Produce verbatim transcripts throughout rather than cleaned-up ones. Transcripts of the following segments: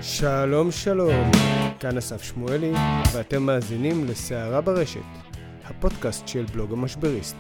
שלום שלום, כאן אסף שמואלי, ואתם מאזינים לסערה ברשת, הפודקאסט של בלוג המשבריסט.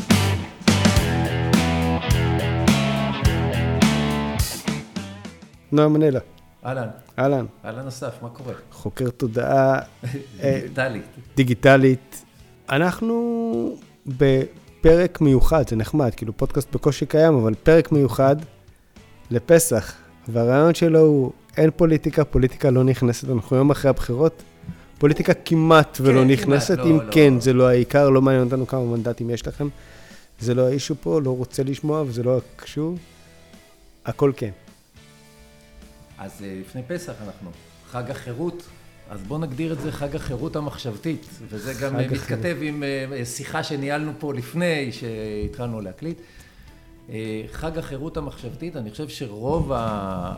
נועם מנלה. אהלן. אהלן. אהלן אסף, מה קורה? חוקר תודעה דיגיטלית. דיגיטלית. אנחנו בפרק מיוחד, זה נחמד, כאילו פודקאסט בקושי קיים, אבל פרק מיוחד לפסח, והרעיון שלו הוא אין פוליטיקה, פוליטיקה לא נכנסת, אנחנו יום אחרי הבחירות, פוליטיקה כמעט ולא נכנסת, אם כן, זה לא העיקר, לא מעניין אותנו כמה מנדטים יש לכם, זה לא האישו פה, לא רוצה לשמוע וזה לא קשור, הכל כן. אז לפני פסח אנחנו, חג החירות, אז בואו נגדיר את זה חג החירות המחשבתית, וזה גם מתכתב עם שיחה שניהלנו פה לפני שהתחלנו להקליט. חג החירות המחשבתית, אני חושב שרוב ה...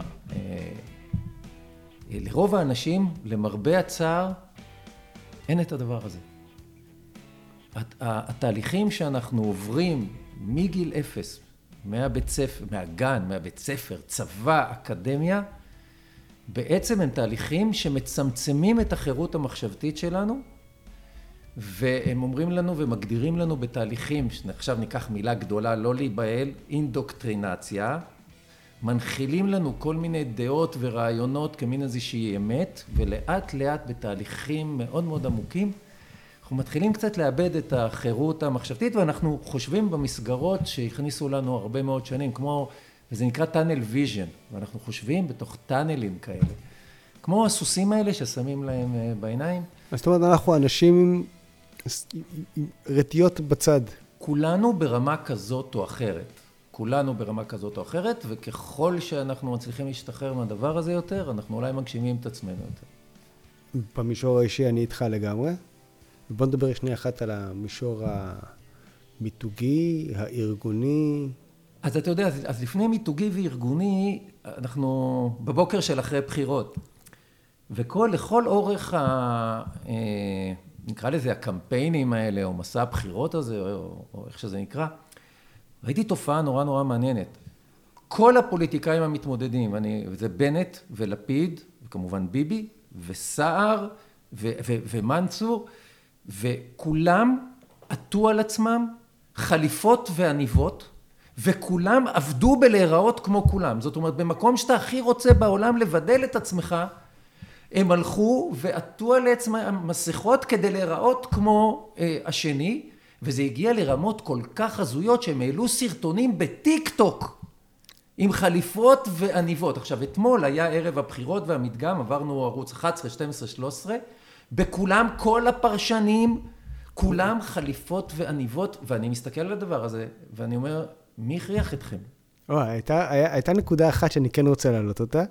לרוב האנשים, למרבה הצער, אין את הדבר הזה. התהליכים שאנחנו עוברים מגיל אפס, מהבית ספר, מהגן, מהבית ספר, צבא, אקדמיה, בעצם הם תהליכים שמצמצמים את החירות המחשבתית שלנו, והם אומרים לנו ומגדירים לנו בתהליכים, עכשיו ניקח מילה גדולה, לא להיבהל, אינדוקטרינציה, מנחילים לנו כל מיני דעות ורעיונות כמין איזושהי אמת, ולאט לאט בתהליכים מאוד מאוד עמוקים, אנחנו מתחילים קצת לאבד את החירות המחשבתית, ואנחנו חושבים במסגרות שהכניסו לנו הרבה מאוד שנים, כמו, וזה נקרא טאנל ויז'ן, ואנחנו חושבים בתוך טאנלים כאלה, כמו הסוסים האלה ששמים להם בעיניים. זאת אומרת, אנחנו אנשים עם רטיות בצד. כולנו ברמה כזאת או אחרת. כולנו ברמה כזאת או אחרת, וככל שאנחנו מצליחים להשתחרר מהדבר הזה יותר, אנחנו אולי מגשימים את עצמנו יותר. במישור האישי אני איתך לגמרי. בוא נדבר שנייה אחת על המישור המיתוגי, הארגוני. אז אתה יודע, אז לפני מיתוגי וארגוני, אנחנו בבוקר של אחרי בחירות. וכל, לכל אורך ה... נקרא לזה הקמפיינים האלה, או מסע הבחירות הזה, או, או איך שזה נקרא, ראיתי תופעה נורא נורא מעניינת. כל הפוליטיקאים המתמודדים, אני, זה בנט ולפיד, וכמובן ביבי, וסער, ו, ו, ומנצור, וכולם עטו על עצמם חליפות ועניבות, וכולם עבדו בלהיראות כמו כולם. זאת אומרת, במקום שאתה הכי רוצה בעולם לבדל את עצמך, הם הלכו ועטו על עצמם מסכות כדי להיראות כמו אה, השני, וזה הגיע לרמות כל כך הזויות שהם העלו סרטונים בטיק טוק עם חליפות ועניבות. עכשיו, אתמול היה ערב הבחירות והמדגם, עברנו ערוץ אחת עשרה, שתים עשרה, שלוש עשרה, בכולם כל הפרשנים, כולם חליפות ועניבות, ואני מסתכל על הדבר הזה, ואני אומר, מי הכריח אתכם? או, הייתה, הייתה נקודה אחת שאני כן רוצה להעלות אותה.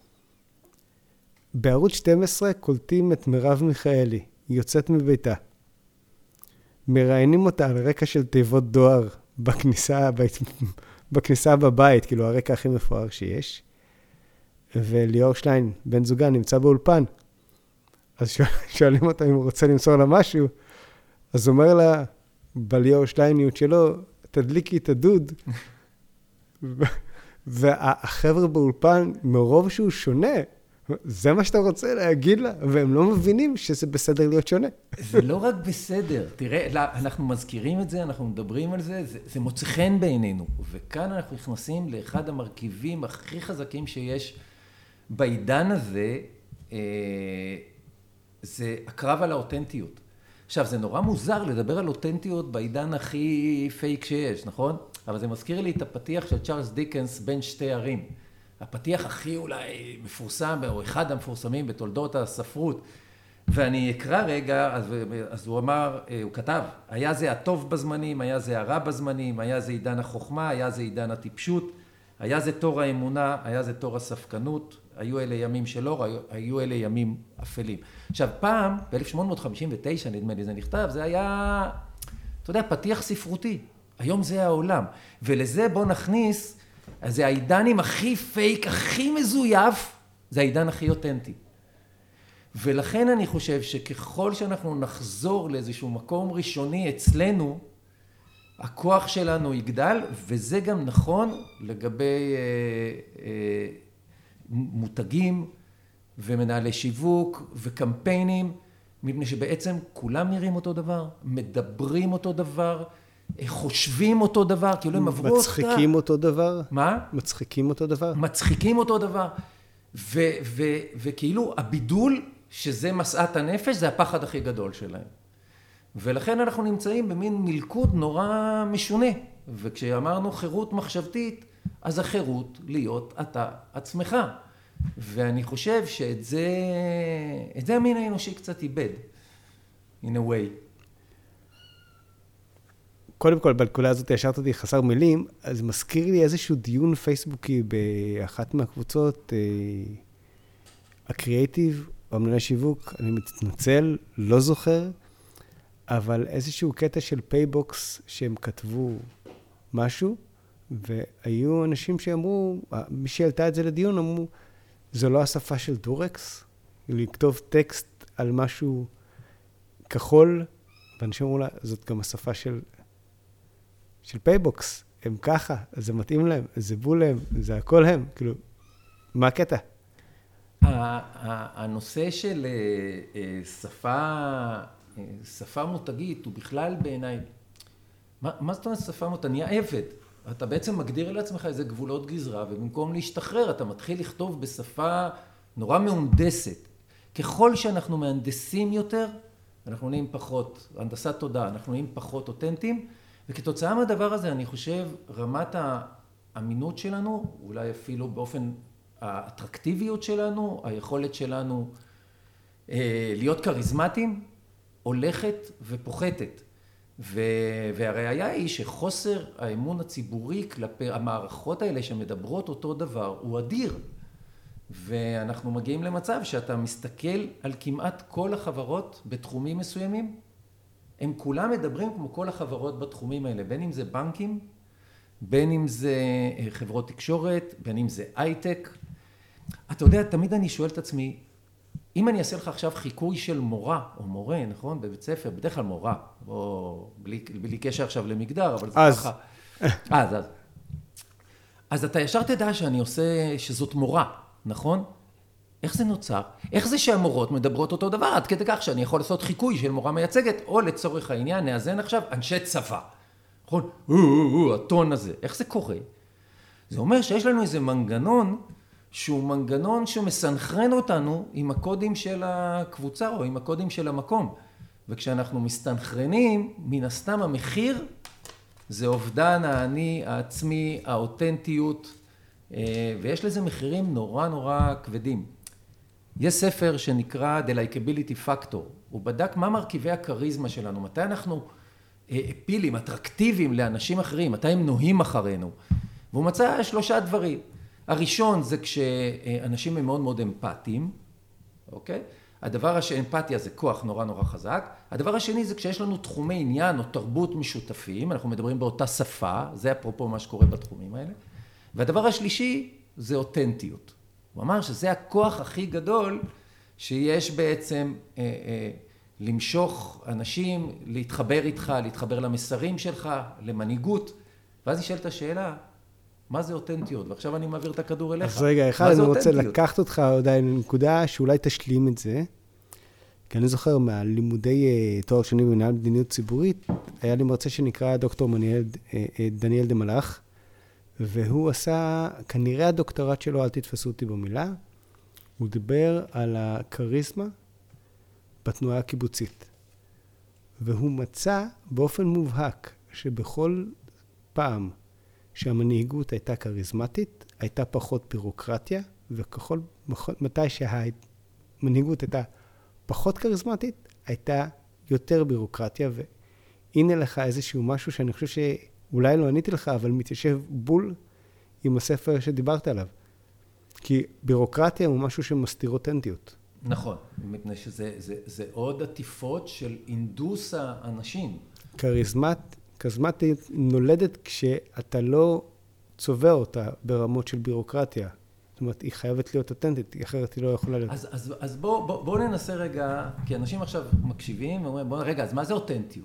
בערוץ שתים עשרה קולטים את מרב מיכאלי, היא יוצאת מביתה. מראיינים אותה על רקע של תיבות דואר בכניסה, בכניסה בבית, כאילו הרקע הכי מפואר שיש. וליאור שליין, בן זוגה, נמצא באולפן. אז שואלים אותה אם הוא רוצה למסור לה משהו, אז הוא אומר לה, בליאור שלייניות שלו, תדליקי את הדוד. והחבר'ה באולפן, מרוב שהוא שונה, זה מה שאתה רוצה להגיד לה, והם לא מבינים שזה בסדר להיות שונה. זה לא רק בסדר, תראה, אנחנו מזכירים את זה, אנחנו מדברים על זה, זה, זה מוצא חן בעינינו, וכאן אנחנו נכנסים לאחד המרכיבים הכי חזקים שיש בעידן הזה, זה הקרב על האותנטיות. עכשיו, זה נורא מוזר לדבר על אותנטיות בעידן הכי פייק שיש, נכון? אבל זה מזכיר לי את הפתיח של צ'ארלס דיקנס בין שתי ערים. הפתיח הכי אולי מפורסם, או אחד המפורסמים בתולדות הספרות. ואני אקרא רגע, אז, אז הוא אמר, הוא כתב, היה זה הטוב בזמנים, היה זה הרע בזמנים, היה זה עידן החוכמה, היה זה עידן הטיפשות, היה זה תור האמונה, היה זה תור הספקנות, היו אלה ימים שלא, היו, היו אלה ימים אפלים. עכשיו, פעם, ב-אלף שמונה מאות חמישים ותשע, נדמה לי, זה נכתב, זה היה, אתה יודע, פתיח ספרותי. היום זה העולם. ולזה בוא נכניס, אז זה העידנים הכי פייק, הכי מזויף, זה העידן הכי אותנטי. ולכן אני חושב שככל שאנחנו נחזור לאיזשהו מקום ראשוני אצלנו, הכוח שלנו יגדל, וזה גם נכון לגבי אה, אה, מותגים ומנהלי שיווק וקמפיינים, מפני שבעצם כולם נראים אותו דבר, מדברים אותו דבר, חושבים אותו דבר, כאילו הם עברו אותה. מצחיקים אותו דבר? מה? מצחיקים אותו דבר? מצחיקים אותו דבר. ו- ו- וכאילו הבידול, שזה משאת הנפש, זה הפחד הכי גדול שלהם. ולכן אנחנו נמצאים במין מלכוד נורא משונה. וכשאמרנו חירות מחשבתית, אז החירות להיות אתה עצמך. ואני חושב שאת זה, את זה המין האנושי קצת איבד. In a way. קודם כל, בנקודה הזאת ישרת אותי חסר מילים, אז מזכיר לי איזשהו דיון פייסבוקי באחת מהקבוצות, אה, הקריאייטיב, או המנהלי שיווק, אני מתנצל, לא זוכר, אבל איזשהו קטע של פייבוקס שהם כתבו משהו, והיו אנשים שאמרו, מי שהעלתה את זה לדיון, אמרו, זו לא השפה של דורקס, לכתוב טקסט על משהו כחול, ואנשים אמרו לה, זאת גם השפה של, של פייבוקס, הם ככה, זה מתאים להם, זה בול להם, זה הכל הם, כאילו, מה הקטע? הנושא של שפה, שפה מותגית הוא בכלל בעיניי, מה, מה זאת אומרת שפה מותגית? אתה נהיה עבד. אתה בעצם מגדיר לעצמך איזה גבולות גזרה, ובמקום להשתחרר אתה מתחיל לכתוב בשפה נורא מהונדסת. ככל שאנחנו מהנדסים יותר, אנחנו נהיים פחות, הנדסת תודעה, אנחנו נהיים פחות אותנטיים, וכתוצאה מהדבר הזה אני חושב רמת האמינות שלנו, אולי אפילו באופן האטרקטיביות שלנו, היכולת שלנו אה, להיות קריזמטיים, הולכת ופוחתת. והראיה היא שחוסר האמון הציבורי כלפי המערכות האלה שמדברות אותו דבר הוא אדיר. ואנחנו מגיעים למצב שאתה מסתכל על כמעט כל החברות בתחומים מסוימים, הם כולם מדברים כמו כל החברות בתחומים האלה, בין אם זה בנקים, בין אם זה חברות תקשורת, בין אם זה הייטק. אתה יודע, תמיד אני שואל את עצמי, אם אני אעשה לך עכשיו חיקוי של מורה או מורה, נכון? בבית ספר, בדרך כלל מורה, או בלי, בלי קשר עכשיו למגדר, אבל זה אז. ככה. אז, אז. אז אתה ישר תדע שאני עושה, שזאת מורה, נכון? איך זה נוצר? איך זה שהמורות מדברות אותו דבר? עד כדי כך שאני יכול לעשות חיקוי של מורה מייצגת, או לצורך העניין, נאזן עכשיו אנשי צבא. נכון? או, או, או, הטון הזה. איך זה קורה? זה אומר שיש לנו איזה מנגנון, שהוא מנגנון שמסנכרן אותנו עם הקודים של הקבוצה או עם הקודים של המקום. וכשאנחנו מסתנכרנים, מן הסתם המחיר זה אובדן האני, העצמי, האותנטיות, ויש לזה מחירים נורא נורא כבדים. יש ספר שנקרא The Likeability Factor, הוא בדק מה מרכיבי הקריזמה שלנו, מתי אנחנו אפילים, אטרקטיביים לאנשים אחרים, מתי הם נוהים אחרינו. והוא מצא שלושה דברים. הראשון זה כשאנשים הם מאוד מאוד אמפתיים, אוקיי? הדבר שאמפתיה זה כוח נורא נורא חזק. הדבר השני זה כשיש לנו תחומי עניין או תרבות משותפים, אנחנו מדברים באותה שפה, זה אפרופו מה שקורה בתחומים האלה. והדבר השלישי זה אותנטיות. הוא אמר שזה הכוח הכי גדול שיש בעצם אה, אה, למשוך אנשים, להתחבר איתך, להתחבר למסרים שלך, למנהיגות. ואז נשאלת השאלה, מה זה אותנטיות? ועכשיו אני מעביר את הכדור אליך. אז רגע, אחד אני רוצה לקחת אותך עדיין לנקודה שאולי תשלים את זה. כי אני זוכר מהלימודי תואר שני במנהל מדיניות ציבורית, היה לי מרצה שנקרא דוקטור מניאל, דניאל דה מלאך, והוא עשה, כנראה הדוקטורט שלו, אל תתפסו אותי במילה, הוא דיבר על הקריזמה בתנועה הקיבוצית. והוא מצא באופן מובהק שבכל פעם שהמנהיגות הייתה קריזמטית, הייתה פחות בירוקרטיה, וככל, מתי שהמנהיגות הייתה פחות קריזמטית, הייתה יותר בירוקרטיה, והנה לך איזשהו משהו שאני חושב שאולי לא עניתי לך, אבל מתיישב בול עם הספר שדיברת עליו. כי בירוקרטיה הוא משהו שמסתיר אותנטיות. נכון, מפני שזה זה, זה עוד עטיפות של אינדוס האנשים. קריזמט, קריזמטית נולדת כשאתה לא צובע אותה ברמות של בירוקרטיה. זאת אומרת, היא חייבת להיות אותנטית, אחרת היא לא יכולה להיות. אז, אז, אז בוא, בוא, בוא ננסה רגע, כי אנשים עכשיו מקשיבים ואומרים, בוא, רגע, אז מה זה אותנטיות?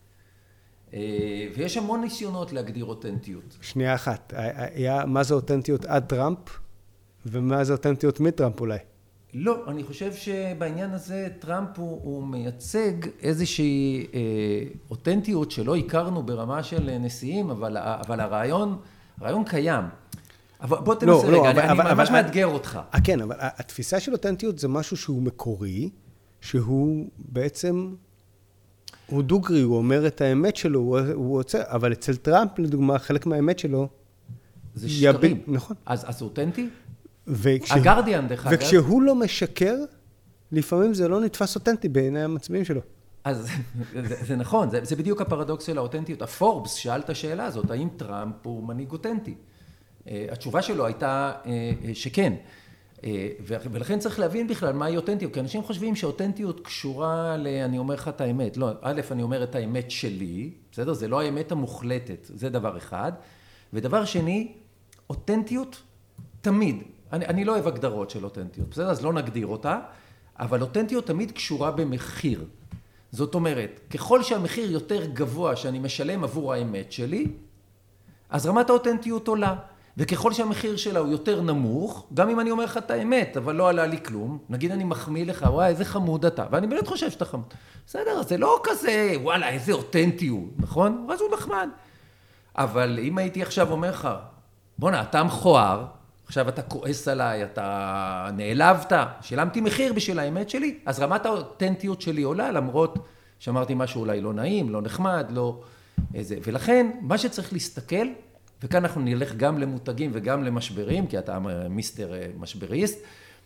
ויש המון ניסיונות להגדיר אותנטיות. שנייה אחת, היה מה זה אותנטיות עד טראמפ, ומה זה אותנטיות מטראמפ אולי? לא, אני חושב שבעניין הזה טראמפ הוא, הוא מייצג איזושהי אה, אותנטיות שלא הכרנו ברמה של נשיאים, אבל, אבל הרעיון, הרעיון קיים. אבל בוא תנסה לא, רגע, לא, אני, אבל, אני אבל, ממש אבל, מאתגר אותך. 아, כן, אבל התפיסה של אותנטיות זה משהו שהוא מקורי, שהוא בעצם, הוא דוגרי, הוא אומר את האמת שלו, הוא, הוא רוצה, אבל אצל טראמפ, לדוגמה, חלק מהאמת שלו, זה שקרים. יב... נכון. אז, אז אותנטי? וכשה... הגרדיאן, דרך אגב. וכשהוא לא משקר, לפעמים זה לא נתפס אותנטי בעיני המצביעים שלו. אז זה, זה נכון, זה, זה בדיוק הפרדוקס של האותנטיות. הפורבס שאל את השאלה הזאת, האם טראמפ הוא מנהיג אותנטי? התשובה שלו הייתה שכן. ולכן צריך להבין בכלל מהי אותנטיות, כי אנשים חושבים שאותנטיות קשורה ל... אני אומר לך את האמת. לא, א', אני אומר את האמת שלי, בסדר? זה לא האמת המוחלטת, זה דבר אחד. ודבר שני, אותנטיות תמיד, אני, אני לא אוהב הגדרות של אותנטיות, בסדר? אז לא נגדיר אותה, אבל אותנטיות תמיד קשורה במחיר. זאת אומרת, ככל שהמחיר יותר גבוה שאני משלם עבור האמת שלי, אז רמת האותנטיות עולה. וככל שהמחיר שלה הוא יותר נמוך, גם אם אני אומר לך את האמת, אבל לא עלה לי כלום, נגיד אני מחמיא לך, וואי, איזה חמוד אתה, ואני באמת חושב שאתה חמוד. בסדר, זה לא כזה, וואלה, איזה אותנטיות, נכון? אז הוא נחמד. אבל אם הייתי עכשיו אומר לך, בונה, אתה מכוער, עכשיו אתה כועס עליי, אתה נעלבת, שילמתי מחיר בשביל האמת שלי, אז רמת האותנטיות שלי עולה, למרות שאמרתי משהו אולי לא נעים, לא נחמד, לא איזה. ולכן, מה שצריך להסתכל, וכאן אנחנו נלך גם למותגים וגם למשברים, כי אתה מיסטר משבריסט,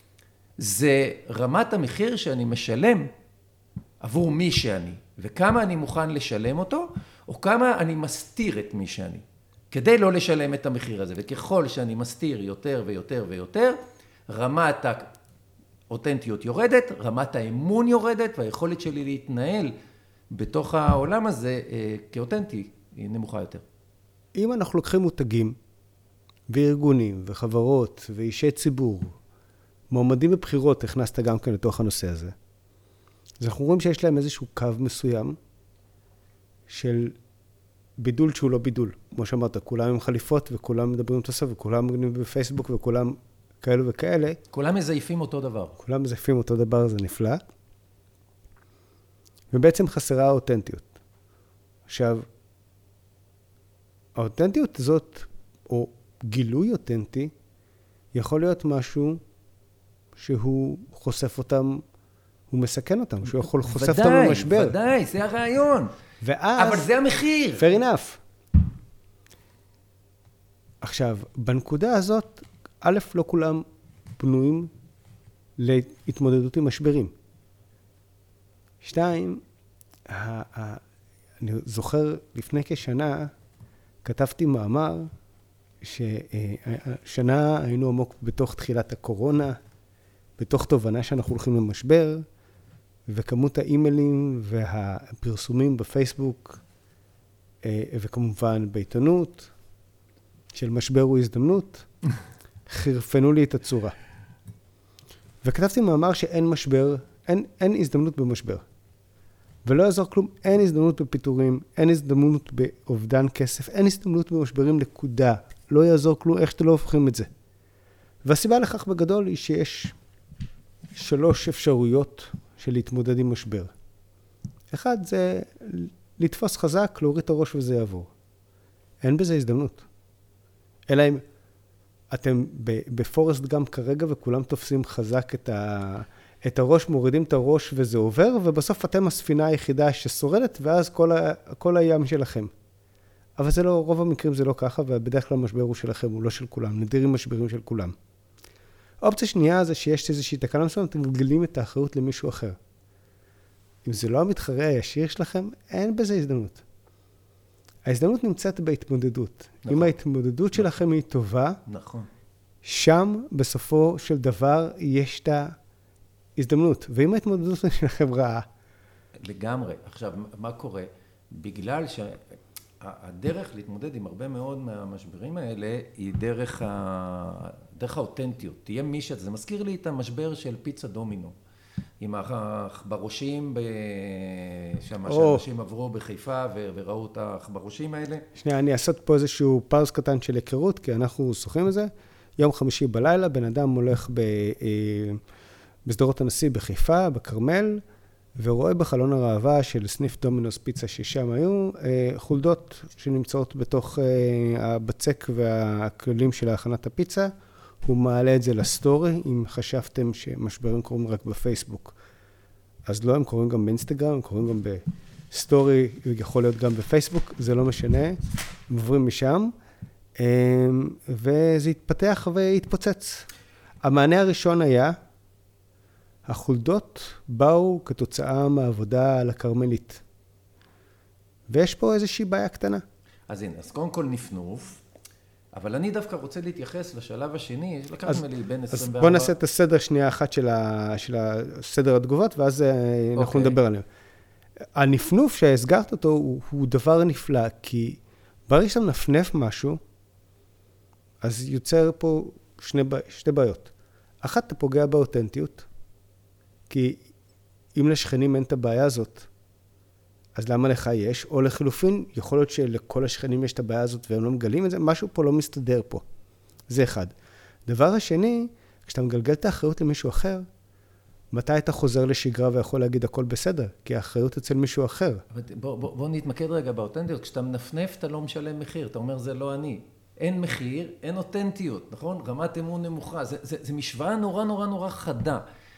זה רמת המחיר שאני משלם עבור מי שאני, וכמה אני מוכן לשלם אותו, או כמה אני מסתיר את מי שאני, כדי לא לשלם את המחיר הזה. וככל שאני מסתיר יותר ויותר ויותר, רמת האותנטיות יורדת, רמת האמון יורדת, והיכולת שלי להתנהל בתוך העולם הזה כאותנטי היא נמוכה יותר. אם אנחנו לוקחים מותגים וארגונים וחברות ואישי ציבור, מועמדים בבחירות, הכנסת גם כן לתוך הנושא הזה, אז אנחנו רואים שיש להם איזשהו קו מסוים של בידול שהוא לא בידול. כמו שאמרת, כולם עם חליפות וכולם מדברים את הסוף וכולם מגנים בפייסבוק וכולם כאלו וכאלה. כולם מזייפים אותו דבר. כולם מזייפים אותו דבר, זה נפלא. ובעצם חסרה האותנטיות. עכשיו, האותנטיות הזאת, או גילוי אותנטי, יכול להיות משהו שהוא חושף אותם, הוא מסכן אותם, שהוא יכול חושף אותם למשבר. ודאי, ודאי, זה הרעיון. ואז... אבל זה המחיר. Fair enough. עכשיו, בנקודה הזאת, א', לא כולם בנויים להתמודדות עם משברים. שתיים, אני זוכר לפני כשנה, כתבתי מאמר ששנה היינו עמוק בתוך תחילת הקורונה, בתוך תובנה שאנחנו הולכים למשבר, וכמות האימיילים והפרסומים בפייסבוק, וכמובן בעיתונות, של משבר הוא הזדמנות, חרפנו לי את הצורה. וכתבתי מאמר שאין משבר, אין, אין הזדמנות במשבר. ולא יעזור כלום, אין הזדמנות בפיתורים, אין הזדמנות באובדן כסף, אין הזדמנות במשברים נקודה. לא יעזור כלום, איך שאתם לא הופכים את זה. והסיבה לכך בגדול היא שיש שלוש אפשרויות של להתמודד עם משבר. אחד זה לתפוס חזק, להוריד את הראש וזה יעבור. אין בזה הזדמנות. אלא אם אתם בפורסט גם כרגע וכולם תופסים חזק את ה... את הראש, מורידים את הראש וזה עובר, ובסוף אתם הספינה היחידה ששורדת, ואז כל, ה, כל הים שלכם. אבל זה לא, רוב המקרים זה לא ככה, ובדרך כלל המשבר הוא שלכם, הוא לא של כולם, נדירים משברים של כולם. האופציה שנייה זה שיש איזושהי תקלה מסוימת, אתם מגלגלים את האחריות למישהו אחר. אם זה לא המתחרה הישיר שלכם, אין בזה הזדמנות. ההזדמנות נמצאת בהתמודדות. נכון. אם ההתמודדות נכון. שלכם היא טובה, נכון. שם בסופו של דבר יש את ה... הזדמנות, ואם ההתמודדות שלכם רעה? לגמרי. עכשיו, מה קורה? בגלל שהדרך להתמודד עם הרבה מאוד מהמשברים האלה, היא דרך, ה... דרך האותנטיות. תהיה מישהו, זה מזכיר לי את המשבר של פיצה דומינו, עם העכברושים, ב... שם oh. שאנשים עברו בחיפה ו... וראו את העכברושים האלה. שנייה, אני אעשות פה איזשהו פרס קטן של היכרות, כי אנחנו שוחים את זה. יום חמישי בלילה, בן אדם הולך ב... בשדרות הנשיא בחיפה, בכרמל, ורואה בחלון הראווה של סניף דומינוס פיצה ששם היו, חולדות שנמצאות בתוך הבצק והכללים של הכנת הפיצה. הוא מעלה את זה לסטורי, אם חשבתם שמשברים קורים רק בפייסבוק. אז לא, הם קורים גם באינסטגרם, הם קורים גם בסטורי, יכול להיות גם בפייסבוק, זה לא משנה, הם עוברים משם, וזה התפתח והתפוצץ. המענה הראשון היה, החולדות באו כתוצאה מהעבודה על הכרמלית. ויש פה איזושהי בעיה קטנה. אז הנה, אז קודם כל נפנוף, אבל אני דווקא רוצה להתייחס לשלב השני, לקחנו לי בין עשרים וארבע... אז בוא נעשה את הסדר שנייה אחת של, ה, של הסדר התגובות, ואז okay. אנחנו נדבר עליהם. הנפנוף שהסגרת אותו הוא, הוא דבר נפלא, כי ברגע שאתה מנפנף משהו, אז יוצר פה שני, שתי בעיות. אחת, אתה פוגע באותנטיות, כי אם לשכנים אין את הבעיה הזאת, אז למה לך יש? או לחילופין, יכול להיות שלכל השכנים יש את הבעיה הזאת והם לא מגלים את זה, משהו פה לא מסתדר פה. זה אחד. דבר השני, כשאתה מגלגל את האחריות למישהו אחר, מתי אתה חוזר לשגרה ויכול להגיד הכל בסדר? כי האחריות אצל מישהו אחר. בוא, בוא, בוא נתמקד רגע באותנטיות. כשאתה מנפנף, אתה לא משלם מחיר. אתה אומר, זה לא אני. אין מחיר, אין אותנטיות, נכון? רמת אמון נמוכה. זה, זה, זה משוואה נורא נורא נורא חדה.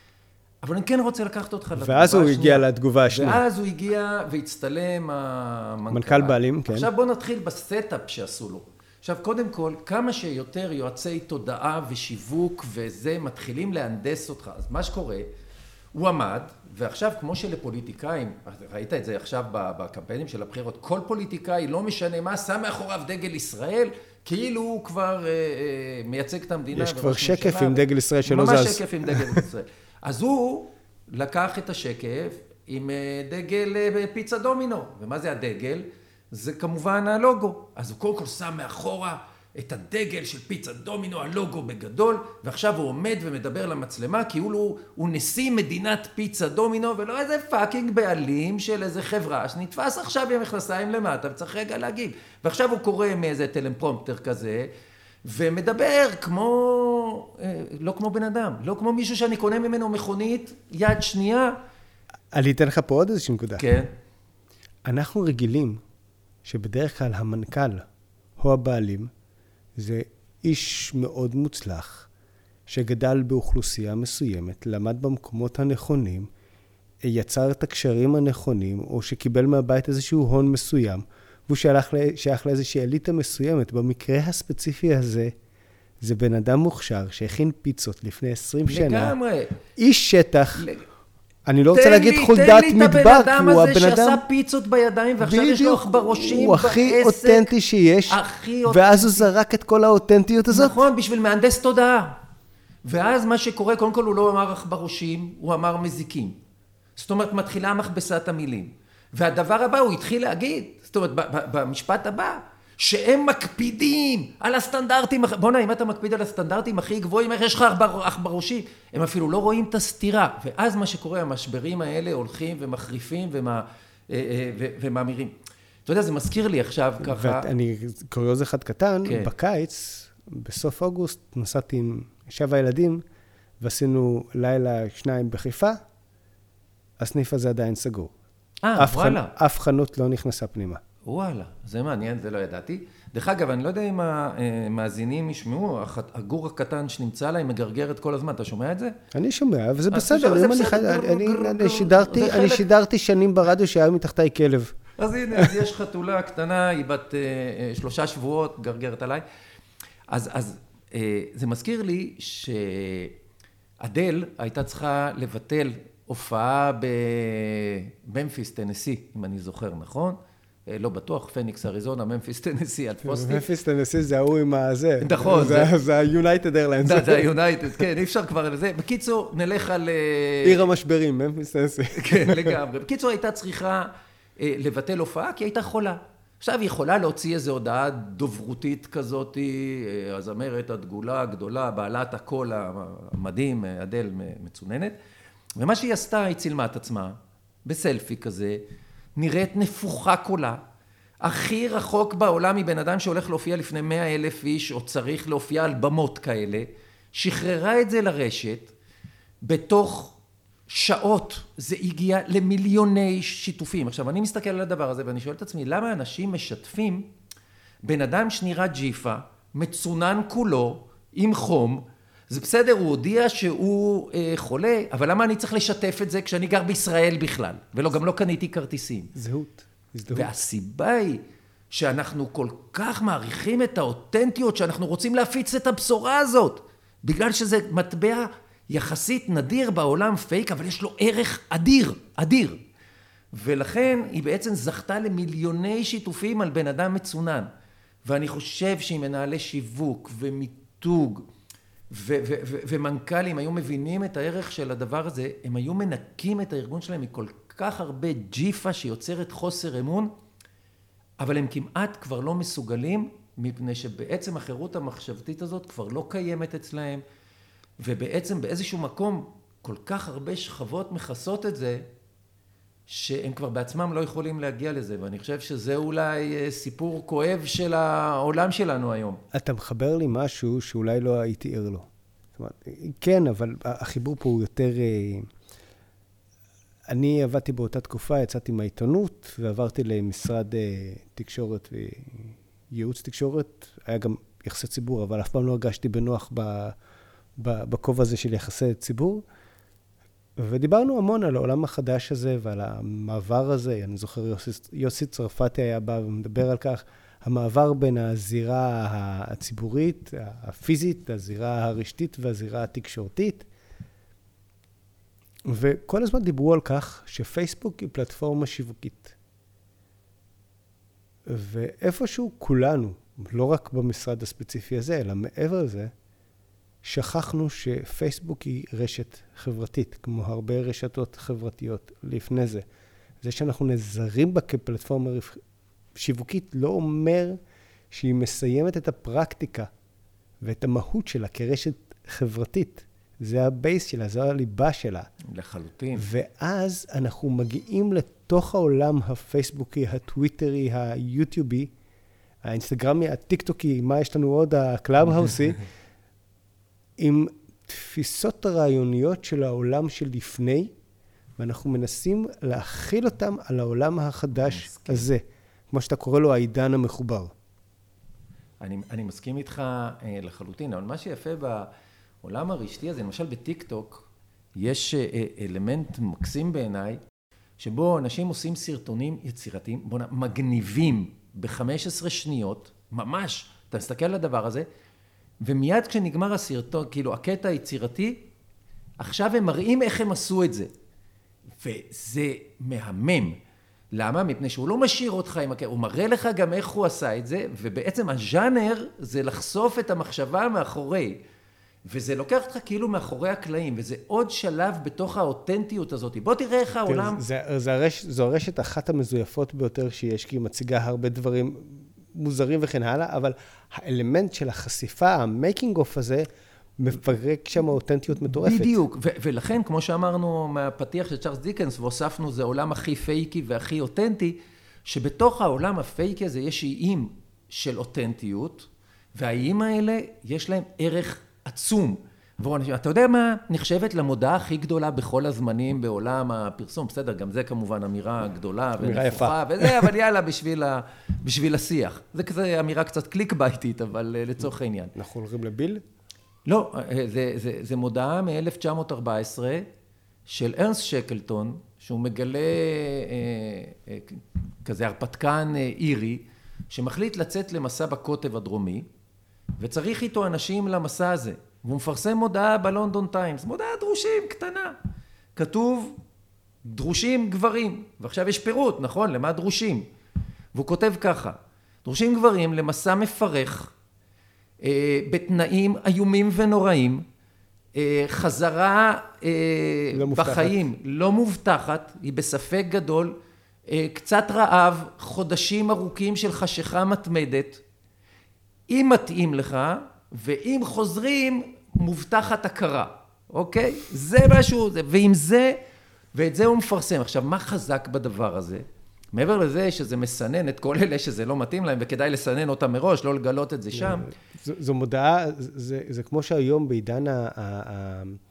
אבל אני כן רוצה לקחת אותך לתגובה השנייה. ואז הוא הגיע לתגובה השנייה. ואז הוא הגיע והצטלם המנכ"ל. מנכ"ל בעלים, כן. עכשיו בוא נתחיל בסטאפ שעשו לו. עכשיו קודם כל, כמה שיותר יועצי תודעה ושיווק וזה מתחילים להנדס אותך. אז מה שקורה, הוא עמד, ועכשיו כמו שלפוליטיקאים, ראית את זה עכשיו בקמפיינים של הבחירות, כל פוליטיקאי, לא משנה מה, שם מאחוריו דגל ישראל, כאילו הוא כבר מייצג את המדינה. יש כבר שקף עם דגל ישראל שלא זז. ממש שקף עם דגל ישראל. אז הוא לקח את השקף עם דגל פיצה דומינו. ומה זה הדגל? זה כמובן הלוגו. אז הוא קודם כל שם מאחורה את הדגל של פיצה דומינו, הלוגו בגדול, ועכשיו הוא עומד ומדבר למצלמה, כי הוא, הוא נשיא מדינת פיצה דומינו, ולא איזה פאקינג בעלים של איזה חברה, שנתפס עכשיו עם מכנסיים למטה, וצריך רגע להגיד. ועכשיו הוא קורא מאיזה טלפרומפטר כזה, ומדבר כמו, לא כמו בן אדם, לא כמו מישהו שאני קונה ממנו מכונית, יד שנייה. אני אתן לך פה עוד איזושהי נקודה. כן. אנחנו רגילים שבדרך כלל המנכ"ל או הבעלים, זה איש מאוד מוצלח, שגדל באוכלוסייה מסוימת, למד במקומות הנכונים, יצר את הקשרים הנכונים, או שקיבל מהבית איזשהו הון מסוים, והוא שייך לאיזושהי אליטה מסוימת. במקרה הספציפי הזה, זה בן אדם מוכשר שהכין פיצות לפני עשרים שנה. לגמרי. איש שטח. לג... אני לא רוצה להגיד חולדת מדבר, כי הוא הבן אדם... שעשה פיצות בידיים, ועכשיו יש לו בראשים בעסק. הוא הכי אותנטי שיש, ואז הוא זרק את כל האותנטיות הזאת. נכון, בשביל מהנדס תודעה. ואז מה שקורה, קודם כל הוא לא אמר בראשים, הוא אמר מזיקים. זאת אומרת, מתחילה מכבסת המילים. והדבר הבא, הוא התחיל להגיד, זאת אומרת, במשפט הבא, שהם מקפידים על הסטנדרטים, בוא נה, אם אתה מקפיד על הסטנדרטים הכי גבוהים, איך יש לך אח בראשי? הם אפילו לא רואים את הסתירה. ואז מה שקורה, המשברים האלה הולכים ומחריפים ומאמירים. אתה יודע, זה מזכיר לי עכשיו ככה... ואני קוריוז אחד קטן, כן. בקיץ, בסוף אוגוסט, נסעתי עם שבע ילדים, ועשינו לילה שניים בחיפה, הסניף הזה עדיין סגור. אה, וואלה. אף חנות לא נכנסה פנימה. וואלה, זה מעניין, זה לא ידעתי. דרך אגב, אני לא יודע אם המאזינים ישמעו, הגור הקטן שנמצא עליי מגרגר את כל הזמן, אתה שומע את זה? אני שומע, וזה בסדר. אני שידרתי שנים ברדיו שהיה מתחתיי כלב. אז הנה, יש חתולה קטנה, היא בת שלושה שבועות, גרגרת עליי. אז זה מזכיר לי שאדל הייתה צריכה לבטל הופעה בממפיס, טנסי, אם אני זוכר, נכון? לא בטוח, פניקס, אריזונה, ממפיס, טנסי, על פוסטי. ממפיס, טנסי זה ההוא עם הזה. נכון. זה ה-United Airlines. זה ה-United, כן, אי אפשר כבר לזה. בקיצור, נלך על... עיר המשברים, ממפיס, טנסי. כן, לגמרי. בקיצור, הייתה צריכה לבטל הופעה, כי הייתה חולה. עכשיו היא יכולה להוציא איזו הודעה דוברותית כזאת, הזמרת, הדגולה, הגדולה, בעלת הקול המדהים, אדל מצוננת. ומה שהיא עשתה, היא צילמה את עצמה, בסלפי כזה, נראית נפוחה קולה, הכי רחוק בעולם מבן אדם שהולך להופיע לפני מאה אלף איש, או צריך להופיע על במות כאלה, שחררה את זה לרשת, בתוך שעות זה הגיע למיליוני שיתופים. עכשיו, אני מסתכל על הדבר הזה ואני שואל את עצמי, למה אנשים משתפים בן אדם שנראה ג'יפה, מצונן כולו, עם חום, זה בסדר, הוא הודיע שהוא אה, חולה, אבל למה אני צריך לשתף את זה כשאני גר בישראל בכלל? ולא, גם לא קניתי כרטיסים. זהות, הזדהות. והסיבה היא שאנחנו כל כך מעריכים את האותנטיות, שאנחנו רוצים להפיץ את הבשורה הזאת, בגלל שזה מטבע יחסית נדיר בעולם פייק, אבל יש לו ערך אדיר, אדיר. ולכן היא בעצם זכתה למיליוני שיתופים על בן אדם מצונן. ואני חושב שאם מנהלי שיווק ומיתוג ו- ו- ו- ומנכ"לים היו מבינים את הערך של הדבר הזה, הם היו מנקים את הארגון שלהם מכל כך הרבה ג'יפה שיוצרת חוסר אמון, אבל הם כמעט כבר לא מסוגלים, מפני שבעצם החירות המחשבתית הזאת כבר לא קיימת אצלהם, ובעצם באיזשהו מקום כל כך הרבה שכבות מכסות את זה, שהם כבר בעצמם לא יכולים להגיע לזה, ואני חושב שזה אולי סיפור כואב של העולם שלנו היום. אתה מחבר לי משהו שאולי לא הייתי ער לו. זאת אומרת, כן, אבל החיבור פה הוא יותר... אני עבדתי באותה תקופה, יצאתי מהעיתונות, ועברתי למשרד תקשורת וייעוץ תקשורת. היה גם יחסי ציבור, אבל אף פעם לא הרגשתי בנוח בכובע הזה של יחסי ציבור. ודיברנו המון על העולם החדש הזה ועל המעבר הזה. אני זוכר, יוסי, יוסי צרפתי היה בא ומדבר על כך, המעבר בין הזירה הציבורית, הפיזית, הזירה הרשתית והזירה התקשורתית. וכל הזמן דיברו על כך שפייסבוק היא פלטפורמה שיווקית. ואיפשהו כולנו, לא רק במשרד הספציפי הזה, אלא מעבר לזה, שכחנו שפייסבוק היא רשת חברתית, כמו הרבה רשתות חברתיות לפני זה. זה שאנחנו נזרים בה כפלטפורמה שיווקית לא אומר שהיא מסיימת את הפרקטיקה ואת המהות שלה כרשת חברתית. זה הבייס שלה, זה הליבה שלה. לחלוטין. ואז אנחנו מגיעים לתוך העולם הפייסבוקי, הטוויטרי, היוטיובי, האינסטגרמי, הטיקטוקי, מה יש לנו עוד, הקלאב-האוסי, עם תפיסות הרעיוניות של העולם של לפני, ואנחנו מנסים להכיל אותם על העולם החדש מסכים. הזה, כמו שאתה קורא לו העידן המחובר. אני, אני מסכים איתך אה, לחלוטין, אבל מה שיפה בעולם הרשתי הזה, למשל בטיק-טוק, יש אה, אלמנט מקסים בעיניי, שבו אנשים עושים סרטונים יצירתיים, בוא נ... מגניבים ב-חמש עשרה שניות, ממש, אתה מסתכל על הדבר הזה, ומיד כשנגמר הסרטון, כאילו הקטע היצירתי, עכשיו הם מראים איך הם עשו את זה. וזה מהמם. למה? מפני שהוא לא משאיר אותך עם הקטע, הוא מראה לך גם איך הוא עשה את זה, ובעצם הז'אנר זה לחשוף את המחשבה מאחורי. וזה לוקח אותך כאילו מאחורי הקלעים, וזה עוד שלב בתוך האותנטיות הזאת. בוא תראה איך העולם... זה, זה הרש, זו הרשת אחת המזויפות ביותר שיש, כי היא מציגה הרבה דברים מוזרים וכן הלאה, אבל האלמנט של החשיפה, המייקינג אוף הזה, מפרק שם האותנטיות מטורפת. בדיוק, ו- ולכן, כמו שאמרנו מהפתיח של צ'ארלס דיקנס, והוספנו, זה עולם הכי פייקי והכי אותנטי, שבתוך העולם הפייקי הזה יש איים של אותנטיות, והאיים האלה יש להם ערך עצום. ואתה יודע מה נחשבת למודעה הכי גדולה בכל הזמנים בעולם הפרסום? בסדר, גם זה כמובן אמירה גדולה ונפוחה וזה, אבל יאללה, בשביל, ה, בשביל השיח. זה כזה אמירה קצת קליק בייטית, אבל לצורך העניין. אנחנו הולכים לביל? לא, זה, זה, זה מודעה מ-אלף תשע מאות ארבע עשרה של ארנסט שקלטון, שהוא מגלה אה, אה, כזה הרפתקן אה, אירי, שמחליט לצאת למסע בקוטב הדרומי, וצריך איתו אנשים למסע הזה. והוא מפרסם מודעה בלונדון טיימס, מודעה דרושים קטנה. כתוב דרושים גברים, ועכשיו יש פירוט, נכון? למה דרושים? והוא כותב ככה, דרושים גברים למסע מפרך, אה, בתנאים איומים ונוראים, אה, חזרה אה, לא בחיים מובטחת. לא מובטחת, היא בספק גדול, אה, קצת רעב, חודשים ארוכים של חשיכה מתמדת, אם מתאים לך, ואם חוזרים, מובטחת הכרה, אוקיי? זה משהו, ועם זה, ואת זה הוא מפרסם. עכשיו, מה חזק בדבר הזה? מעבר לזה שזה מסנן את כל אלה שזה לא מתאים להם, וכדאי לסנן אותם מראש, לא לגלות את זה שם. זו, זו מודעה, זה, זה כמו שהיום בעידן ה, ה, ה,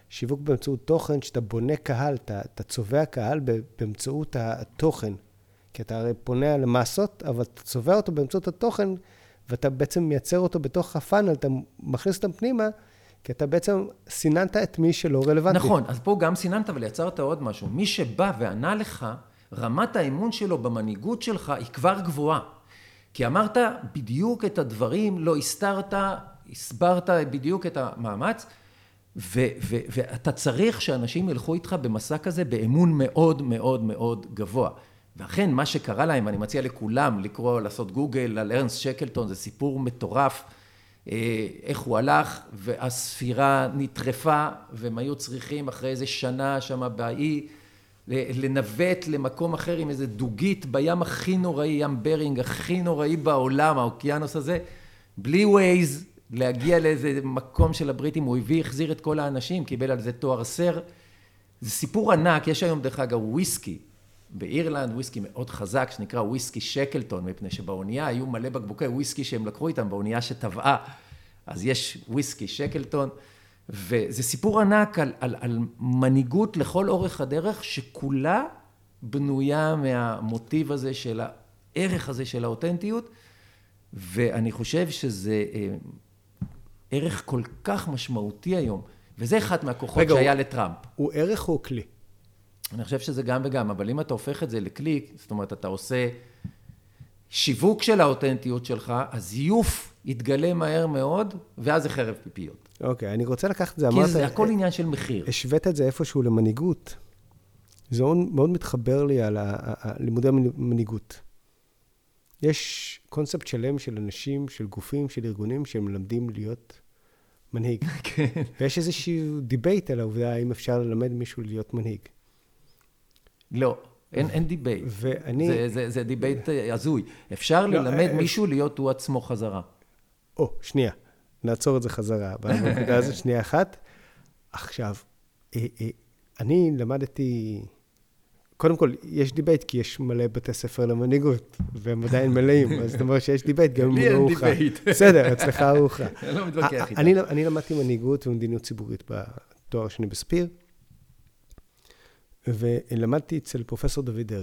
שיווק באמצעות תוכן, שאתה בונה קהל, אתה, אתה צובע קהל באמצעות התוכן. כי אתה הרי פונה למעשות, אבל אתה צובע אותו באמצעות התוכן, ואתה בעצם מייצר אותו בתוך הפאנל, אתה מכניס אותם פנימה, כי אתה בעצם סיננת את מי שלא רלוונטי. נכון, אז פה גם סיננת, אבל יצרת עוד משהו. מי שבא וענה לך, רמת האמון שלו במנהיגות שלך היא כבר גבוהה. כי אמרת בדיוק את הדברים, לא הסתרת, הסברת בדיוק את המאמץ, ו- ו- ואתה צריך שאנשים ילכו איתך במסע כזה באמון מאוד מאוד מאוד גבוה. ואכן, מה שקרה להם, אני מציע לכולם לקרוא, לעשות גוגל על ארנסט שקלטון, זה סיפור מטורף, איך הוא הלך, והספירה נטרפה, והם היו צריכים אחרי איזה שנה שם באי, לנווט למקום אחר עם איזה דוגית בים הכי נוראי, ים ברינג הכי נוראי בעולם, האוקיינוס הזה, בלי ווייז, להגיע לאיזה מקום של הבריטים, הוא הביא, החזיר את כל האנשים, קיבל על זה תואר סר. זה סיפור ענק, יש היום דרך אגב וויסקי, באירלנד וויסקי מאוד חזק, שנקרא וויסקי שקלטון, מפני שבאונייה היו מלא בקבוקי וויסקי שהם לקחו איתם, באונייה שטבעה, אז יש וויסקי שקלטון, וזה סיפור ענק על, על, על מנהיגות לכל אורך הדרך, שכולה בנויה מהמוטיב הזה של הערך הזה של האותנטיות, ואני חושב שזה ערך כל כך משמעותי היום, וזה אחד מהכוחות רגע, שהיה הוא, לטראמפ. הוא ערך או כלי? אני חושב שזה גם וגם, אבל אם אתה הופך את זה לכלי, זאת אומרת, אתה עושה שיווק של האותנטיות שלך, הזיוף יתגלה מהר מאוד, ואז זה חרב פיפיות. אוקיי, אני רוצה לקחת את זה, כי אמרת, זה הכל עניין של מחיר. השווית את זה איפשהו למנהיגות. זה מאוד מתחבר לי על לימודי המנהיגות. יש קונספט שלם של אנשים, של גופים, של ארגונים, שהם מלמדים להיות מנהיג. כן. ויש איזשהו דיבייט על העובדה, האם אפשר ללמד מישהו להיות מנהיג. לא, אין, אין דיבייט. ואני... זה, זה, זה דיבייט הזוי. אפשר לא, ללמד אה, מישהו להיות הוא עצמו חזרה. או, שנייה. נעצור את זה חזרה. בנקודה הזאת שנייה אחת. עכשיו, אה, אה, אני למדתי... קודם כל, יש דיבייט, כי יש מלא בתי ספר למנהיגות, והם עדיין מלאים, אז זאת אומרת שיש דיבייט, גם אם הוא לא הוכח. לי אין דיבייט. בסדר, אצלך הוא הוכח. אני לא מתווכח איתה. אני למדתי מנהיגות ומדיניות ציבורית בתואר השני בספיר, ולמדתי אצל פרופסור דוד דרעי.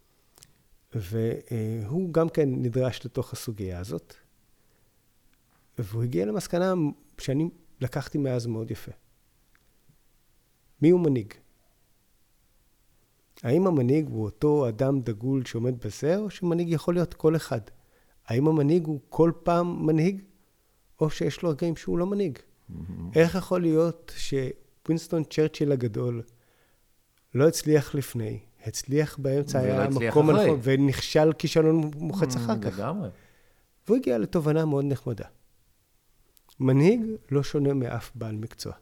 והוא גם כן נדרש לתוך הסוגיה הזאת, והוא הגיע למסקנה שאני לקחתי מאז מאוד יפה. מי הוא מנהיג? האם המנהיג הוא אותו אדם דגול שעומד בזה, או שמנהיג יכול להיות כל אחד? האם המנהיג הוא כל פעם מנהיג, או שיש לו רגעים שהוא לא מנהיג? Mm-hmm. איך יכול להיות שווינסטון צ'רצ'יל הגדול לא הצליח לפני, הצליח באמצע, היה המקום הנכון, ונכשל כישלון מוחץ אחר כך. לגמרי. והוא הגיע לתובנה מאוד נחמדה. מנהיג לא שונה מאף בעל מקצוע.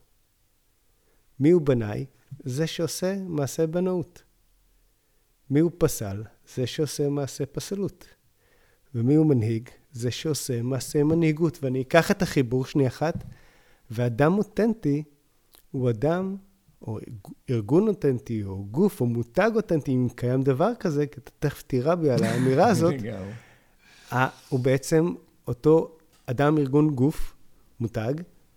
מי הוא בנאי? זה שעושה מעשה בנאות. מי הוא פסל? זה שעושה מעשה פסלות. ומי הוא מנהיג? זה שעושה מעשה מנהיגות. ואני אקח את החיבור שנייה אחת, ואדם אותנטי הוא אדם, או ארגון אותנטי, או גוף, או מותג אותנטי, אם קיים דבר כזה, כי אתה תכף תירא בי על האמירה הזאת, הוא בעצם אותו אדם, ארגון, גוף, מותג,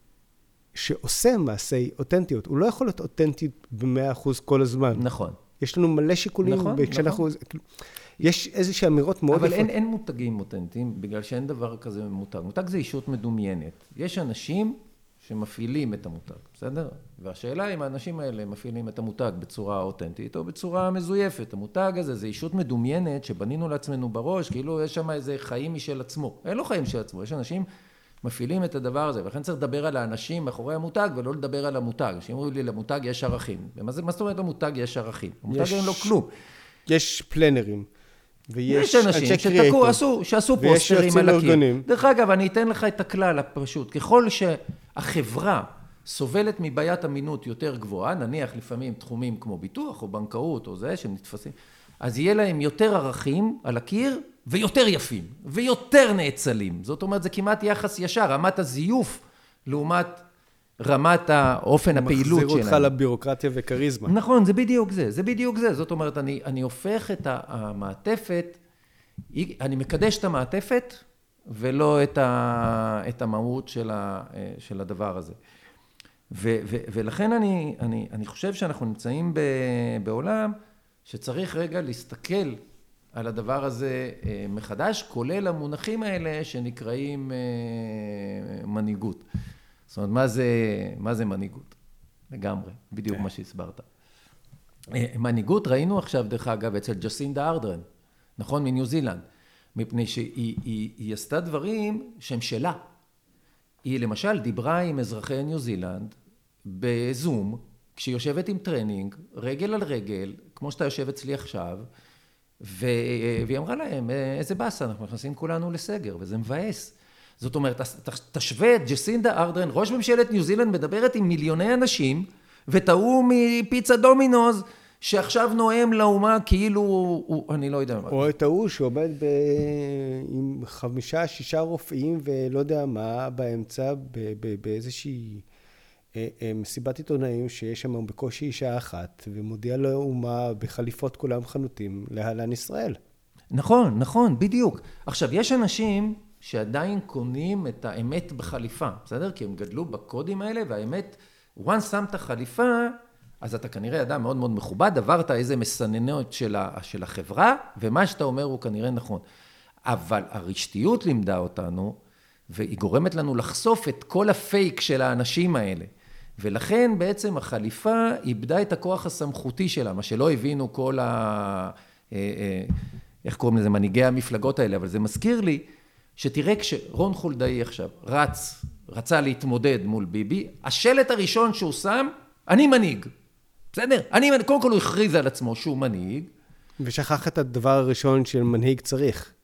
שעושה מעשי אותנטיות. הוא לא יכול להיות אותנטי ב-מאה אחוז כל הזמן. נכון. יש לנו מלא שיקולים. נכון, נכון. יש איזושהי אמירות מאוד... אבל אין, אין מותגים אותנטיים, בגלל שאין דבר כזה מותג. מותג זה אישות מדומיינת. יש אנשים שמפעילים את המותג, בסדר? והשאלה אם האנשים האלה מפעילים את המותג בצורה אותנטית או בצורה מזויפת. המותג הזה זה אישות מדומיינת שבנינו לעצמנו בראש, כאילו יש שם איזה חיים משל עצמו. אין לו חיים של עצמו, יש אנשים מפעילים את הדבר הזה, ולכן צריך לדבר על האנשים מאחורי המותג, ולא לדבר על המותג. שאומרו לי, למותג יש ערכים. ומה זה, מה זאת אומרת למותג יש ערכים? המותג אין לו כלום. יש פלנרים, ויש אנשים שתקעו, עשו, שעשו פוסטרים על הקיר. דרך אגב, אני אתן לך את הכלל הפשוט. ככל שהחברה סובלת מבעיית אמינות יותר גבוהה, נניח לפעמים תחומים כמו ביטוח או בנקאות או זה, שהם נתפסים, אז יהיה להם יותר ערכים על הקיר, ויותר יפים, ויותר נאצלים. זאת אומרת, זה כמעט יחס ישר, רמת הזיוף, לעומת רמת האופן הפעילות שלנו. מחזיר אותך לבירוקרטיה וקריזמה. נכון, זה בדיוק זה, זה בדיוק זה. זאת אומרת, אני, אני הופך את המעטפת, אני מקדש את המעטפת, ולא את, ה, את המהות של, ה, של הדבר הזה. ו- ו- ולכן אני, אני, אני חושב שאנחנו נמצאים ב- בעולם שצריך רגע להסתכל על הדבר הזה מחדש, כולל המונחים האלה שנקראים מנהיגות. זאת אומרת, מה זה, מה זה מנהיגות? לגמרי, בדיוק מה שהסברת. מנהיגות ראינו עכשיו, דרך אגב, אצל ג'סינדה ארדרן, נכון? מניו זילנד, מפני שהיא היא, היא עשתה דברים שהם שלה. היא למשל דיברה עם אזרחי ניו זילנד בזום, כשהיא יושבת עם טרנינג, רגל על רגל, כמו שאתה יושב אצלי עכשיו, והיא אמרה להם, איזה באסה, אנחנו נכנסים כולנו לסגר, וזה מבאס. זאת אומרת, תשווה את ג'סינדה ארדרן, ראש ממשלת ניו זילנד מדברת עם מיליוני אנשים, וטעו מפיצה דומינוז, שעכשיו נואם לאומה כאילו, אני לא יודע מה. או טעו שעומד עם חמישה, שישה רופאים, ולא יודע מה, באמצע, באיזושהי מסיבת עיתונאים, שיש שם בקושי אישה אחת, ומודיע לאומה בחליפות כולם חנותים להלן ישראל. נכון, נכון, בדיוק. עכשיו, יש אנשים שעדיין קונים את האמת בחליפה, בסדר? כי הם גדלו בקודים האלה, והאמת, once שמת חליפה, אז אתה כנראה אדם מאוד מאוד מכובד, עברת איזה מסננות של, ה, של החברה, ומה שאתה אומר הוא כנראה נכון. אבל הרשתיות לימדה אותנו, והיא גורמת לנו לחשוף את כל הפייק של האנשים האלה. ולכן בעצם החליפה איבדה את הכוח הסמכותי שלה, מה שלא הבינו כל ה... איך קוראים לזה? מנהיגי המפלגות האלה, אבל זה מזכיר לי שתראה כשרון חולדאי עכשיו רץ, רצה להתמודד מול ביבי, השלט הראשון שהוא שם, אני מנהיג. בסדר? אני, קודם כל הוא הכריז על עצמו שהוא מנהיג. ושכח את הדבר הראשון של מנהיג צריך.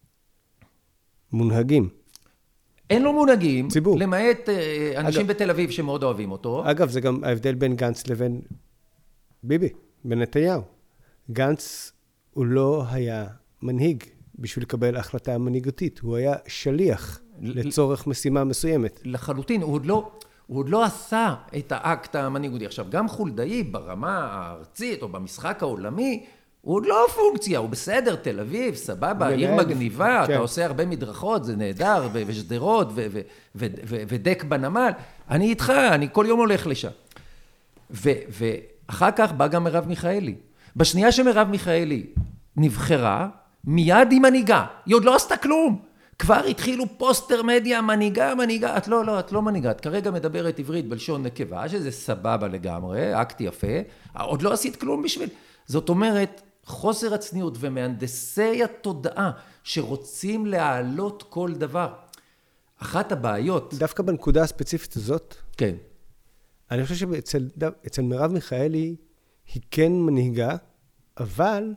מונהגים. אין לו מונהגים, ציבור. למעט אנשים אגב, בתל אביב שמאוד אוהבים אותו. אגב, זה גם ההבדל בין גנץ לבין ביבי, בין נתניהו. גנץ הוא לא היה מנהיג בשביל לקבל החלטה מנהיגותית, הוא היה שליח לצורך משימה מסוימת. לחלוטין, הוא עוד לא, הוא עוד לא עשה את האקט המנהיגותי. עכשיו, גם חולדאי ברמה הארצית או במשחק העולמי, הוא עוד לא פונקציה, הוא בסדר, תל אביב, סבבה, עיר מגניבה, כן. אתה עושה הרבה מדרכות, זה נהדר, ושדרות, ו- ו- ו- ו- ודק בנמל. אני איתך, אני כל יום הולך לשם. ו- ואחר כך בא גם מרב מיכאלי. בשנייה שמרב מיכאלי נבחרה, מיד היא מנהיגה. היא עוד לא עשתה כלום. כבר התחילו פוסטר מדיה, מנהיגה, מנהיגה. את לא, לא, את לא מנהיגה. את כרגע מדברת עברית בלשון נקבה, שזה סבבה לגמרי, אקט יפה. עוד לא עשית כלום בשביל. זאת אומרת, חוסר הצניעות ומהנדסי התודעה שרוצים להעלות כל דבר. אחת הבעיות... דווקא בנקודה הספציפית הזאת, כן. אני חושב שאצל אצל מרב מיכאלי היא כן מנהיגה, אבל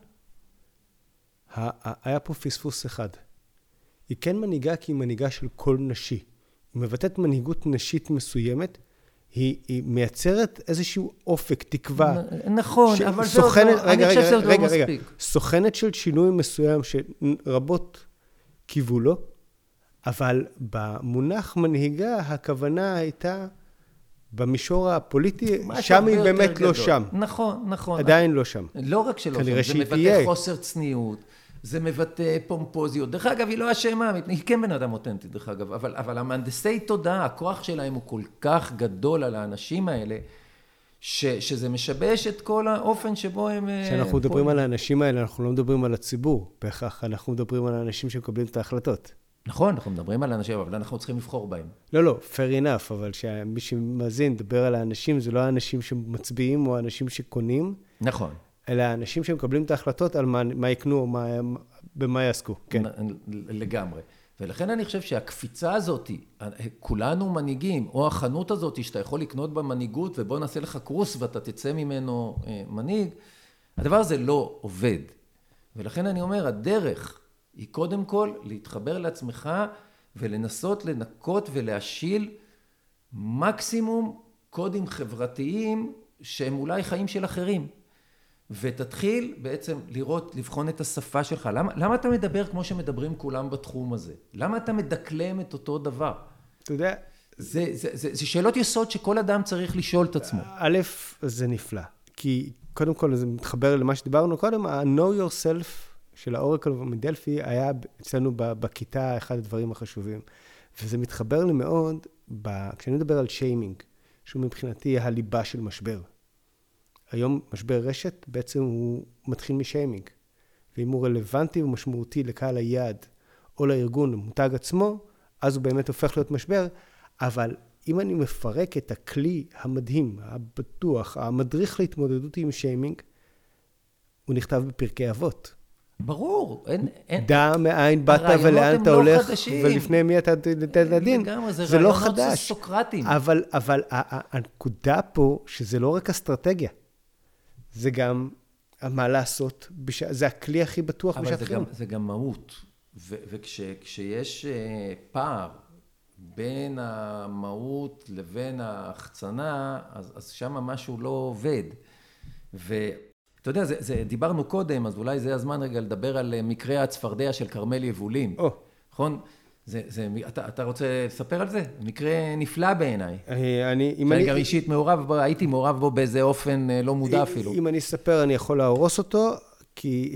היה פה פספוס אחד. היא כן מנהיגה כי היא מנהיגה של כל נשי. היא מבטאת מנהיגות נשית מסוימת, היא, היא מייצרת איזשהו אופק, תקווה. נכון, ש... אבל סוכנת, זה עוד לא, רגע, אני חושב שזה רגע, לא רגע, מספיק. סוכנת של שינוי מסוים שרבות קיוו לו, אבל במונח מנהיגה הכוונה הייתה במישור הפוליטי, שם היא באמת לא גדול. שם. נכון, נכון. עדיין לא שם. לא רק שלא שם, זה מבטא תהיה. חוסר צניעות. זה מבטא פומפוזיות. דרך אגב, היא לא אשמה, היא כן בן אדם אותנטי, דרך אגב, אבל, אבל המהנדסי תודעה, הכוח שלהם הוא כל כך גדול על האנשים האלה, ש, שזה משבש את כל האופן שבו הם... כשאנחנו מדברים על האנשים האלה, אנחנו לא מדברים על הציבור, בהכרח, אנחנו מדברים על האנשים שמקבלים את ההחלטות. נכון, אנחנו מדברים על האנשים, אבל אנחנו צריכים לבחור בהם. לא, לא, fair enough, אבל שמי שמאזין, מדבר על האנשים, זה לא האנשים שמצביעים או האנשים שקונים. נכון. אלא האנשים שמקבלים את ההחלטות על מה, מה יקנו או מה, במה יעסקו. כן. לגמרי. ולכן אני חושב שהקפיצה הזאת, כולנו מנהיגים, או החנות הזאת שאתה יכול לקנות במנהיגות, ובוא נעשה לך קרוס ואתה תצא ממנו מנהיג, הדבר הזה לא עובד. ולכן אני אומר, הדרך היא קודם כל להתחבר לעצמך, ולנסות לנקות ולהשיל מקסימום קודים חברתיים, שהם אולי חיים של אחרים. ותתחיל בעצם לראות, לבחון את השפה שלך. למה, למה אתה מדבר כמו שמדברים כולם בתחום הזה? למה אתה מדקלם את אותו דבר? אתה יודע... זה, זה, זה, זה שאלות יסוד שכל אדם צריך לשאול את עצמו. א', זה נפלא. כי קודם כל זה מתחבר למה שדיברנו קודם, ה-Know Yourself של האורקל מדלפי היה אצלנו בכיתה אחד הדברים החשובים. וזה מתחבר לי מאוד, ב... כשאני מדבר על שיימינג, שהוא מבחינתי הליבה של משבר. היום משבר רשת בעצם הוא מתחיל משיימינג. ואם הוא רלוונטי ומשמעותי לקהל היעד או לארגון המותג עצמו, אז הוא באמת הופך להיות משבר. אבל אם אני מפרק את הכלי המדהים, הבטוח, המדריך להתמודדות עם שיימינג, הוא נכתב בפרקי אבות. ברור. אין, אין, דע מאין באת ולאן אתה לא הולך, חדשים. ולפני מי אתה נתן לדין. לגמרי, זה, זה לא רעיונות חדש. סוקרטיים. אבל, אבל הנקודה פה, שזה לא רק אסטרטגיה, זה גם מה לעשות, בש... זה הכלי הכי בטוח בשעת חירום. אבל זה, זה גם מהות. ו, וכשיש פער בין המהות לבין ההחצנה, אז, אז שם משהו לא עובד. ואתה יודע, זה, זה, דיברנו קודם, אז אולי זה הזמן רגע לדבר על מקרה הצפרדע של כרמל יבולים. או. נכון? זה, זה, אתה, אתה רוצה לספר על זה? מקרה נפלא בעיניי. אני, אם אני אני... גם אישית מעורב בו, הייתי מעורב בו באיזה אופן לא מודע אפילו. אם אני אספר, אני יכול להרוס אותו, כי,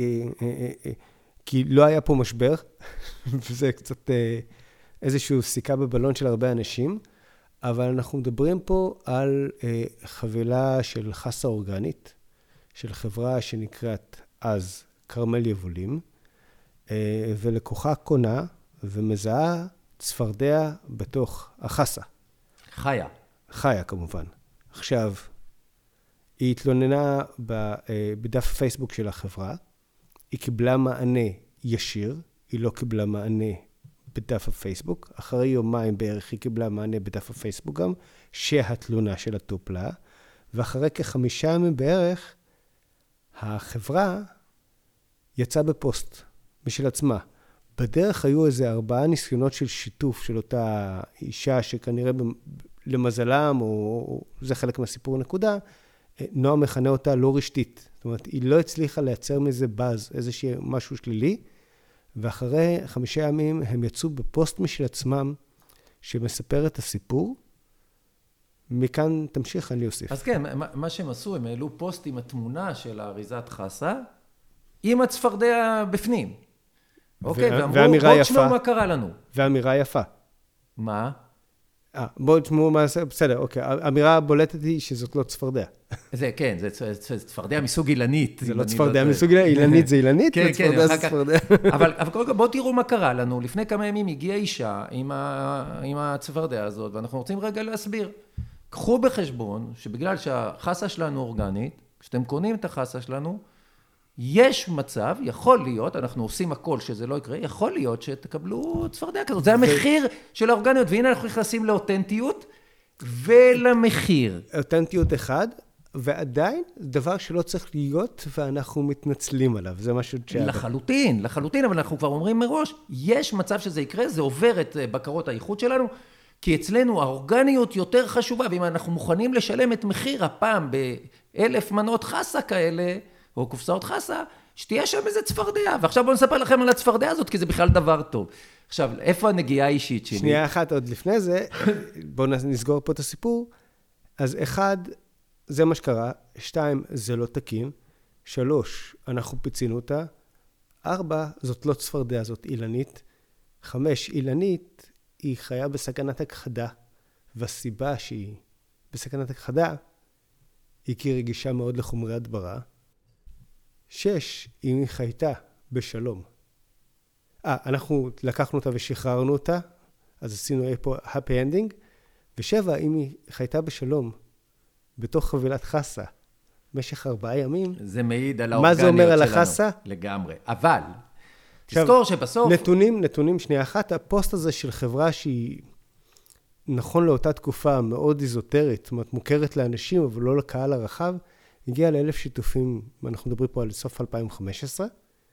כי לא היה פה משבר, וזה קצת איזשהו סיכה בבלון של הרבה אנשים, אבל אנחנו מדברים פה על חבילה של חסה אורגנית, של חברה שנקראת אז כרמל יבולים, ולקוחה קונה ומזהה צפרדע בתוך החסה. חיה. חיה כמובן. עכשיו, היא התלוננה בדף הפייסבוק של החברה, היא קיבלה מענה ישיר, היא לא קיבלה מענה בדף הפייסבוק, אחרי יומיים בערך היא קיבלה מענה בדף הפייסבוק גם, שהתלונה שלה טופלה, ואחרי כחמישה ימים בערך, החברה יצאה בפוסט משל עצמה. בדרך היו איזה ארבעה ניסיונות של שיתוף של אותה אישה שכנראה למזלם, או זה חלק מהסיפור נקודה, נועה מכנה אותה לא רשתית. זאת אומרת, היא לא הצליחה לייצר מזה באז, איזשהו משהו שלילי, ואחרי חמישה ימים הם יצאו בפוסט משל עצמם, שמספר את הסיפור. מכאן תמשיך, אני אוסיף. אז כן, מה שהם עשו, הם העלו פוסט עם התמונה של האריזת חסה, עם הצפרדע בפנים. אוקיי, ואמרו, בואו תשמעו מה קרה לנו. ואמירה יפה. מה? אה, בואו תשמעו מה זה, בסדר, אוקיי. האמירה הבולטת היא שזאת לא צפרדע. זה, כן, זה צפרדע מסוג אילנית. זה לא צפרדע מסוג אילנית, אילנית זה אילנית, כן, כן, וצפרדע זה צפרדע. אבל קודם כל, בואו תראו מה קרה לנו. לפני כמה ימים הגיעה אישה עם הצפרדע הזאת, ואנחנו רוצים רגע להסביר. קחו בחשבון שבגלל שהחסה שלנו אורגנית, כשאתם קונים את החסה שלנו, יש מצב, יכול להיות, אנחנו עושים הכל שזה לא יקרה, יכול להיות שתקבלו צפרדע כזאת. זה המחיר של האורגניות, והנה אנחנו נכנסים לאותנטיות ולמחיר. אותנטיות אחד, ועדיין דבר שלא צריך להיות, ואנחנו מתנצלים עליו. זה משהו ש... לחלוטין, לחלוטין, אבל אנחנו כבר אומרים מראש, יש מצב שזה יקרה, זה עובר את בקרות האיכות שלנו, כי אצלנו האורגניות יותר חשובה, ואם אנחנו מוכנים לשלם את מחיר הפעם באלף מנות חסה כאלה, או קופסאות חסה, שתהיה שם איזה צפרדע. ועכשיו בואו נספר לכם על הצפרדע הזאת, כי זה בכלל דבר טוב. עכשיו, איפה הנגיעה האישית שלי? שנייה אחת עוד לפני זה, בואו נסגור פה את הסיפור. אז אחד, זה מה שקרה. שתיים, זה לא תקין. שלוש, אנחנו פיצינו אותה. ארבע, זאת לא צפרדע, זאת אילנית. חמש, אילנית היא חיה בסכנת הכחדה. והסיבה שהיא בסכנת הכחדה, היא כי רגישה מאוד לחומרי הדברה. שש, אם היא חייתה בשלום. אה, אנחנו לקחנו אותה ושחררנו אותה, אז עשינו פה happy ending. ושבע, אם היא חייתה בשלום, בתוך חבילת חסה, במשך ארבעה ימים. זה מעיד על האורגניות שלנו. מה זה אומר על שלנו? החסה? לגמרי. אבל, תזכור שבסוף... נתונים, נתונים, שנייה אחת, הפוסט הזה של חברה שהיא, נכון לאותה תקופה, מאוד איזוטרית, זאת אומרת, מוכרת לאנשים, אבל לא לקהל הרחב, הגיע לאלף שיתופים, אנחנו מדברים פה על סוף אלפיים וחמש עשרה,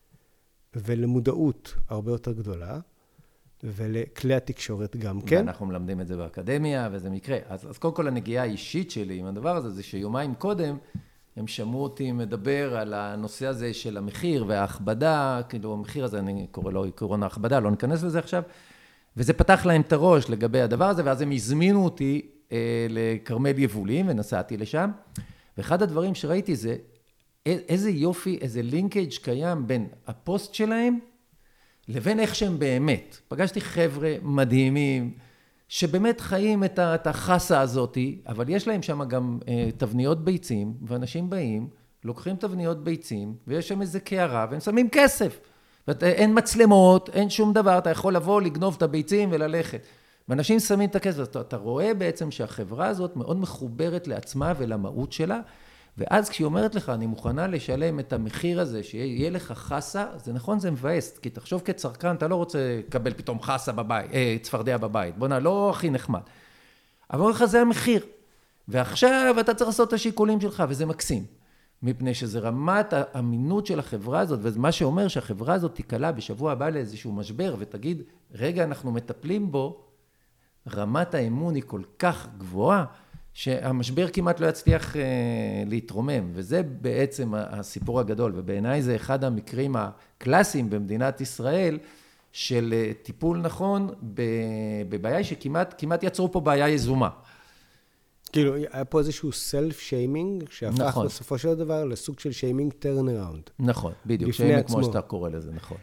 ולמודעות הרבה יותר גדולה, ולכלי התקשורת גם כן. ואנחנו מלמדים את זה באקדמיה, וזה מקרה. אז, אז קודם כל הנגיעה האישית שלי עם הדבר הזה, זה שיומיים קודם, הם שמעו אותי מדבר על הנושא הזה של המחיר וההכבדה, כאילו המחיר הזה, אני קורא לו עקרון ההכבדה, לא ניכנס לזה עכשיו, וזה פתח להם את הראש לגבי הדבר הזה, ואז הם הזמינו אותי אה, לכרמל יבולים, ונסעתי לשם. ואחד הדברים שראיתי זה, איזה יופי, איזה לינקאג' קיים בין הפוסט שלהם, לבין איך שהם באמת. פגשתי חבר'ה מדהימים, שבאמת חיים את, ה, את החסה הזאת, אבל יש להם שם גם אה, תבניות ביצים, ואנשים באים, לוקחים תבניות ביצים, ויש שם איזה קערה, והם שמים כסף. אין מצלמות, אין שום דבר, אתה יכול לבוא, לגנוב את הביצים וללכת. ואנשים שמים את הכסף, אתה, אתה רואה בעצם שהחברה הזאת מאוד מחוברת לעצמה ולמהות שלה, ואז כשהיא אומרת לך, אני מוכנה לשלם את המחיר הזה, שיהיה לך חסה, זה נכון, זה מבאס, כי תחשוב כצרכן, אתה לא רוצה לקבל פתאום חסה בבית, אה, צפרדע בבית, בוא נה, לא הכי נחמד. אבל לך זה המחיר, ועכשיו אתה צריך לעשות את השיקולים שלך, וזה מקסים. מפני שזה רמת האמינות של החברה הזאת, ומה שאומר שהחברה הזאת תיקלה בשבוע הבא לאיזשהו משבר, ותגיד, רגע, אנחנו מטפלים בו, רמת האמון היא כל כך גבוהה, שהמשבר כמעט לא יצליח אה, להתרומם, וזה בעצם הסיפור הגדול, ובעיניי זה אחד המקרים הקלאסיים במדינת ישראל, של טיפול נכון בבעיה שכמעט כמעט יצרו פה בעיה יזומה. כאילו, היה פה איזשהו סלף שיימינג, שהפך נכון. בסופו של דבר לסוג של שיימינג טרנראונד. נכון, בדיוק, שיימינג כמו שאתה קורא לזה, נכון.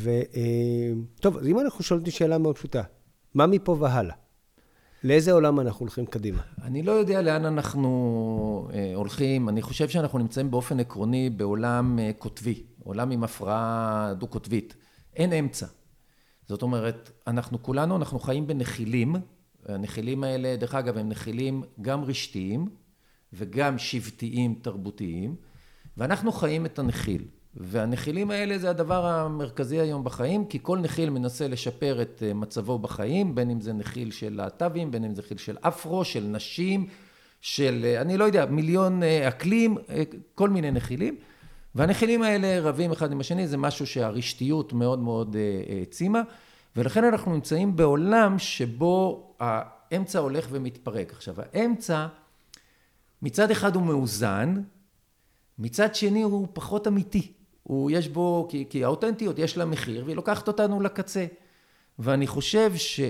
טוב, אז אם אנחנו שואלים שאלה מאוד פשוטה, מה מפה והלאה? לאיזה עולם אנחנו הולכים קדימה? אני לא יודע לאן אנחנו אה, הולכים, אני חושב שאנחנו נמצאים באופן עקרוני בעולם אה, כותבי, עולם עם הפרעה דו-כותבית, אין אמצע. זאת אומרת, אנחנו כולנו, אנחנו חיים בנחילים, הנחילים האלה, דרך אגב, הם נחילים גם רשתיים וגם שבטיים תרבותיים, ואנחנו חיים את הנחיל. והנחילים האלה זה הדבר המרכזי היום בחיים, כי כל נחיל מנסה לשפר את מצבו בחיים, בין אם זה נחיל של להט"בים, בין אם זה נחיל של אפרו, של נשים, של, אני לא יודע, מיליון אקלים, כל מיני נחילים. והנחילים האלה רבים אחד עם השני, זה משהו שהרשתיות מאוד מאוד העצימה, ולכן אנחנו נמצאים בעולם שבו האמצע הולך ומתפרק. עכשיו, האמצע, מצד אחד הוא מאוזן, מצד שני הוא פחות אמיתי. הוא יש בו, כי, כי האותנטיות יש לה מחיר, והיא לוקחת אותנו לקצה. ואני חושב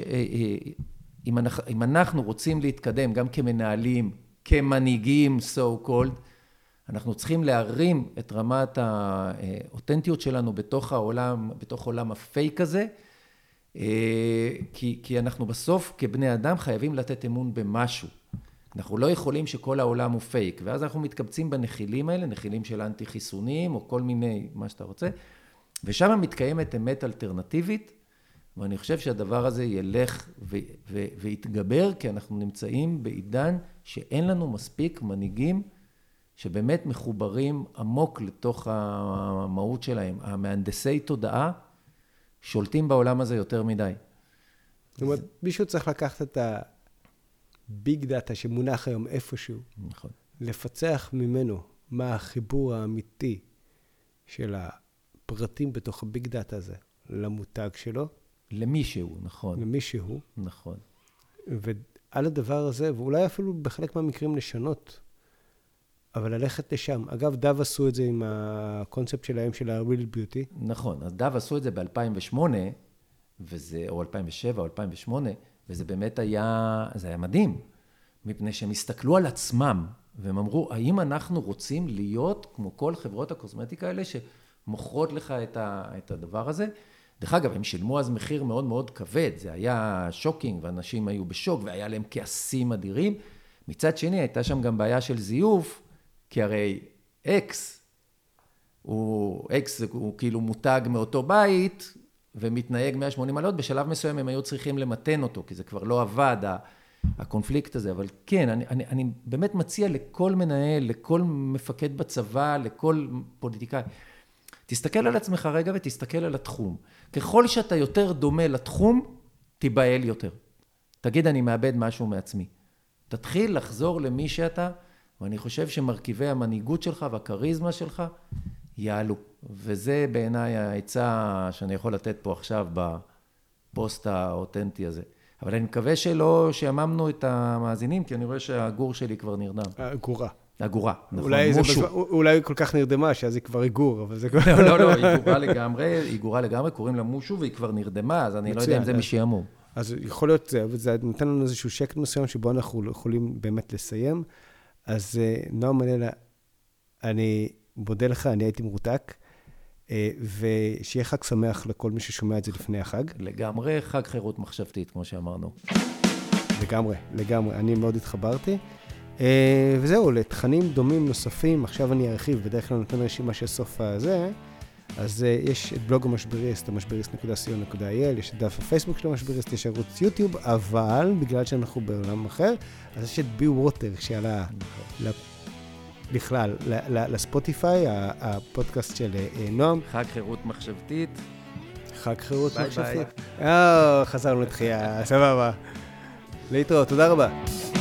שאם אנחנו, אם אנחנו רוצים להתקדם, גם כמנהלים, כמנהיגים, so called, אנחנו צריכים להרים את רמת האותנטיות שלנו בתוך העולם, בתוך עולם הפייק הזה, כי, כי אנחנו בסוף כבני אדם חייבים לתת אמון במשהו. אנחנו לא יכולים שכל העולם הוא פייק, ואז אנחנו מתקבצים בנחילים האלה, נחילים של אנטי חיסונים, או כל מיני, מה שאתה רוצה, ושם מתקיימת אמת אלטרנטיבית, ואני חושב שהדבר הזה ילך ו- ו- ויתגבר, כי אנחנו נמצאים בעידן שאין לנו מספיק מנהיגים, שבאמת מחוברים עמוק לתוך המהות שלהם. המהנדסי תודעה שולטים בעולם הזה יותר מדי. זאת אומרת, מישהו צריך לקחת את הביג דאטה שמונח היום איפשהו, נכון. לפצח ממנו מה החיבור האמיתי של הפרטים בתוך הביג דאטה הזה למותג שלו. למישהו, נכון. למישהו. נכון. ועל הדבר הזה, ואולי אפילו בחלק מהמקרים לשנות, אבל ללכת לשם. אגב, דב עשו את זה עם הקונספט שלהם של ה-Real Beauty. נכון, אז דב עשו את זה ב-אלפיים ושמונה, וזה, או אלפיים ושבע או אלפיים ושמונה, וזה באמת היה, זה היה מדהים, מפני שהם הסתכלו על עצמם, והם אמרו, האם אנחנו רוצים להיות כמו כל חברות הקוסמטיקה האלה, שמוכרות לך את, ה, את הדבר הזה? דרך אגב, הם שילמו אז מחיר מאוד מאוד כבד, זה היה שוקינג, ואנשים היו בשוק, והיה להם כעסים אדירים. מצד שני, הייתה שם גם בעיה של זיוף, כי הרי אקס, הוא, אקס הוא כאילו מותג מאותו בית, ומתנהג מאה ושמונים מעלות, בשלב מסוים הם היו צריכים למתן אותו, כי זה כבר לא עבד, הקונפליקט הזה. אבל כן, אני, אני, אני באמת מציע לכל מנהל, לכל מפקד בצבא, לכל פוליטיקאי, תסתכל על עצמך רגע ותסתכל על התחום. ככל שאתה יותר דומה לתחום, תיבהל יותר. תגיד, אני מאבד משהו מעצמי. תתחיל לחזור למי שאתה, ואני חושב שמרכיבי המנהיגות שלך והכריזמה שלך יעלו. וזה בעיניי העצה שאני יכול לתת פה עכשיו בפוסט האותנטי הזה. אבל אני מקווה שלא שיממנו את המאזינים, כי אני רואה שהגור שלי כבר נרדם. הגורה. הגורה, נכון, אולי מושו. בזמן, אולי כל כך נרדמה, שאז היא כבר איגור, אבל זה כבר... לא, לא, לא, היא גורה לגמרי, היא גורה לגמרי, קוראים לה מושו, והיא כבר נרדמה, אז אני מצוין, לא יודע אם זה מי שימור. אז יכול להיות זה, וזה נותן לנו איזשהו שקט מסוים, שבו אנחנו יכולים באמת לסיים. אז נועם מנלה, אני מודה לך, אני הייתי מרותק, ושיהיה חג שמח לכל מי ששומע את זה לפני החג. לגמרי, חג חירות מחשבתית, כמו שאמרנו. לגמרי, לגמרי, אני מאוד התחברתי. וזהו, לתכנים דומים נוספים, עכשיו אני ארחיב, בדרך כלל נותן רשימה של סוף הזה, אז יש את בלוג המשבריסט, המשבריסט נקודה סי או נקודה איי אל, יש את דף הפייסבוק של המשבריסט, יש ערוץ יוטיוב, אבל בגלל שאנחנו בעולם אחר, אז יש את בי ווטר, שעלה בכלל לספוטיפיי, הפודקאסט של נועם. חג חירות מחשבתית. חג חירות מחשבתית. אה, חזרנו לתחייה, סבבה. להתראות, תודה רבה.